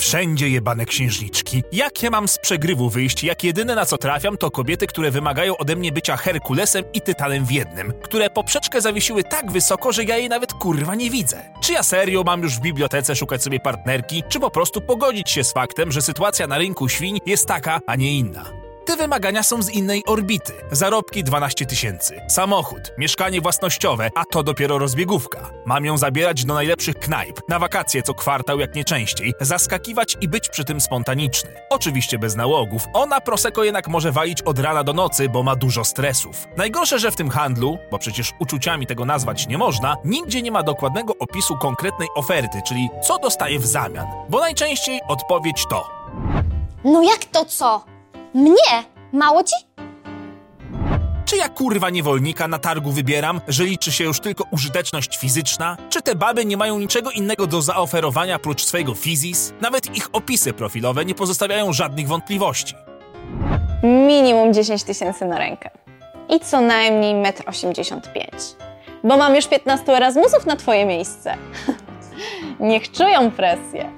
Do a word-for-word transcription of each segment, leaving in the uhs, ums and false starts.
Wszędzie jebane księżniczki. Jak ja mam z przegrywu wyjść, jak jedyne na co trafiam to kobiety, które wymagają ode mnie bycia Herkulesem i Tytanem w jednym, które poprzeczkę zawiesiły tak wysoko, że ja jej nawet kurwa nie widzę. Czy ja serio mam już w bibliotece szukać sobie partnerki, czy po prostu pogodzić się z faktem, że sytuacja na rynku świń jest taka, a nie inna? Te wymagania są z innej orbity. Zarobki dwanaście tysięcy. Samochód, mieszkanie własnościowe, a to dopiero rozbiegówka. Mam ją zabierać do najlepszych knajp, na wakacje co kwartał jak nie częściej, zaskakiwać i być przy tym spontaniczny. Oczywiście bez nałogów. Ona Prosecco jednak może walić od rana do nocy, bo ma dużo stresów. Najgorsze, że w tym handlu, bo przecież uczuciami tego nazwać nie można, nigdzie nie ma dokładnego opisu konkretnej oferty, czyli co dostaje w zamian. Bo najczęściej odpowiedź to: no jak to co? Mnie? Mało ci? Czy ja kurwa niewolnika na targu wybieram, że liczy się już tylko użyteczność fizyczna? Czy te baby nie mają niczego innego do zaoferowania prócz swojego fizis? Nawet ich opisy profilowe nie pozostawiają żadnych wątpliwości. Minimum dziesięć tysięcy na rękę. I co najmniej metr osiemdziesiąt pięć. Bo mam już piętnastu Erasmusów na twoje miejsce. Niech czują presję.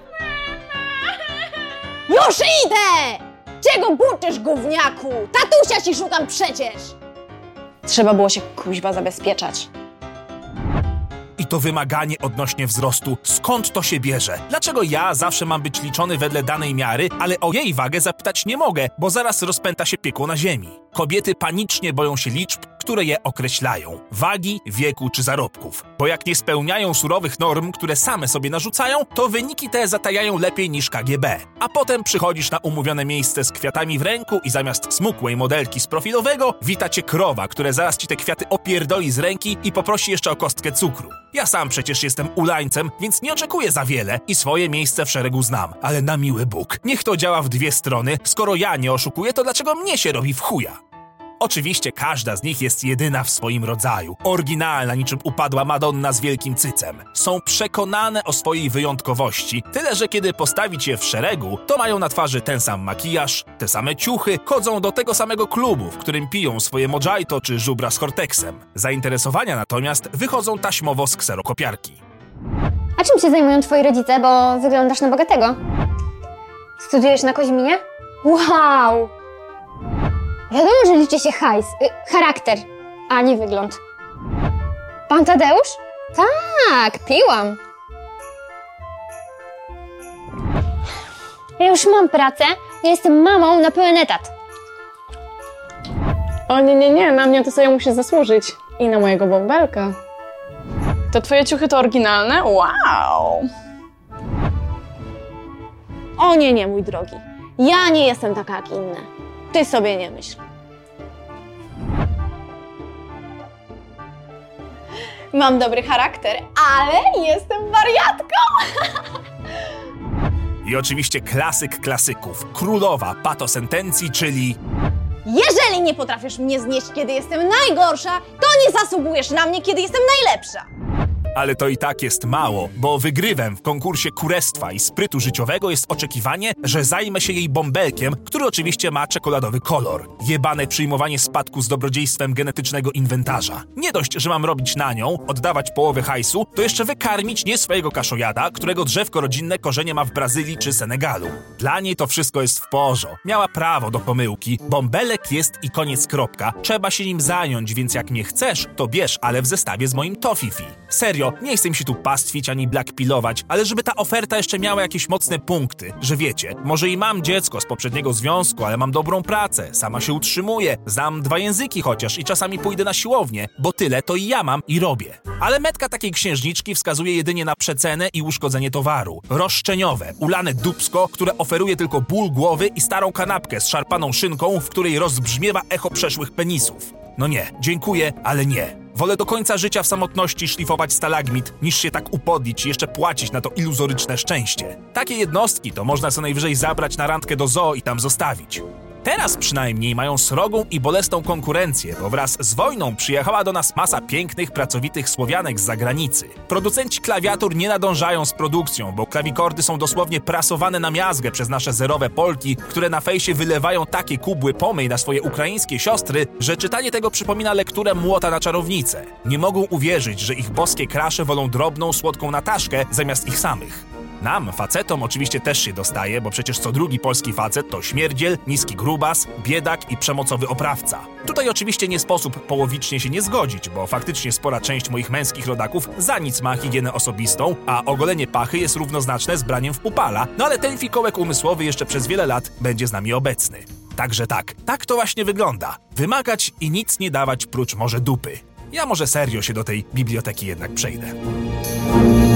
Już idę! Czego burczysz, gówniaku? Tatusia ci szukam przecież! Trzeba było się kuźwa zabezpieczać. I to wymaganie odnośnie wzrostu, skąd to się bierze? Dlaczego ja zawsze mam być liczony wedle danej miary, ale o jej wagę zapytać nie mogę, bo zaraz rozpęta się piekło na ziemi. Kobiety panicznie boją się liczb, które je określają. Wagi, wieku czy zarobków. Bo jak nie spełniają surowych norm, które same sobie narzucają, to wyniki te zatajają lepiej niż K G B. A potem przychodzisz na umówione miejsce z kwiatami w ręku i zamiast smukłej modelki z profilowego wita cię krowa, które zaraz ci te kwiaty opierdoli z ręki i poprosi jeszcze o kostkę cukru. Ja sam przecież jestem ulańcem, więc nie oczekuję za wiele i swoje miejsce w szeregu znam. Ale na miły Bóg, niech to działa w dwie strony. Skoro ja nie oszukuję, to dlaczego mnie się robi w chuja? Oczywiście każda z nich jest jedyna w swoim rodzaju. Oryginalna, niczym upadła Madonna z wielkim cycem. Są przekonane o swojej wyjątkowości. Tyle, że kiedy postawić je w szeregu, to mają na twarzy ten sam makijaż, te same ciuchy, chodzą do tego samego klubu, w którym piją swoje mojito czy żubra z Hortexem. Zainteresowania natomiast wychodzą taśmowo z kserokopiarki. A czym się zajmują twoi rodzice, bo wyglądasz na bogatego? Studiujesz na Koźminie? Wow! Wiadomo, że liczy się hajs, y, charakter, a nie wygląd. Pan Tadeusz? Tak, piłam. Ja już mam pracę, ja jestem mamą na pełen etat. O nie, nie, nie, na mnie to sobie musisz zasłużyć. I na mojego bąbelka. To twoje ciuchy to oryginalne? Wow! O nie, nie, mój drogi. Ja nie jestem taka jak inne. Ty sobie nie myśl. Mam dobry charakter, ale jestem wariatką! I oczywiście klasyk klasyków. Królowa patosentencji, czyli... Jeżeli nie potrafisz mnie znieść, kiedy jestem najgorsza, to nie zasługujesz na mnie, kiedy jestem najlepsza. Ale to i tak jest mało, bo wygrywem w konkursie kurestwa i sprytu życiowego jest oczekiwanie, że zajmę się jej bąbelkiem, który oczywiście ma czekoladowy kolor. Jebane przyjmowanie spadku z dobrodziejstwem genetycznego inwentarza. Nie dość, że mam robić na nią, oddawać połowę hajsu, to jeszcze wykarmić nie swojego kaszojada, którego drzewko rodzinne korzenie ma w Brazylii czy Senegalu. Dla niej to wszystko jest w porządku. Miała prawo do pomyłki. Bąbelek jest i koniec kropka. Trzeba się nim zająć, więc jak nie chcesz, to bierz, ale w zestawie z moim tofifi. Serio, nie chcę mi się tu pastwić ani blackpillować, ale żeby ta oferta jeszcze miała jakieś mocne punkty, że wiecie, może i mam dziecko z poprzedniego związku, ale mam dobrą pracę, sama się utrzymuję, znam dwa języki chociaż i czasami pójdę na siłownię, bo tyle to i ja mam i robię. Ale metka takiej księżniczki wskazuje jedynie na przecenę i uszkodzenie towaru. Roszczeniowe, ulane dupsko, które oferuje tylko ból głowy i starą kanapkę z szarpaną szynką, w której rozbrzmiewa echo przeszłych penisów. No nie, dziękuję, ale nie. Wolę do końca życia w samotności szlifować stalagmit, niż się tak upodlić i jeszcze płacić na to iluzoryczne szczęście. Takie jednostki to można co najwyżej zabrać na randkę do zoo i tam zostawić. Teraz przynajmniej mają srogą i bolesną konkurencję, bo wraz z wojną przyjechała do nas masa pięknych, pracowitych Słowianek z zagranicy. Producenci klawiatur nie nadążają z produkcją, bo klawikordy są dosłownie prasowane na miazgę przez nasze zerowe Polki, które na fejsie wylewają takie kubły pomyj na swoje ukraińskie siostry, że czytanie tego przypomina lekturę Młota na czarownicę. Nie mogą uwierzyć, że ich boskie krasze wolą drobną, słodką Nataszkę zamiast ich samych. Nam, facetom, oczywiście też się dostaje, bo przecież co drugi polski facet to śmierdziel, niski grubas, biedak i przemocowy oprawca. Tutaj oczywiście nie sposób połowicznie się nie zgodzić, bo faktycznie spora część moich męskich rodaków za nic ma higienę osobistą, a ogolenie pachy jest równoznaczne z braniem w pupala, no ale ten fikołek umysłowy jeszcze przez wiele lat będzie z nami obecny. Także tak, tak to właśnie wygląda. Wymagać i nic nie dawać prócz może dupy. Ja może serio się do tej biblioteki jednak przejdę.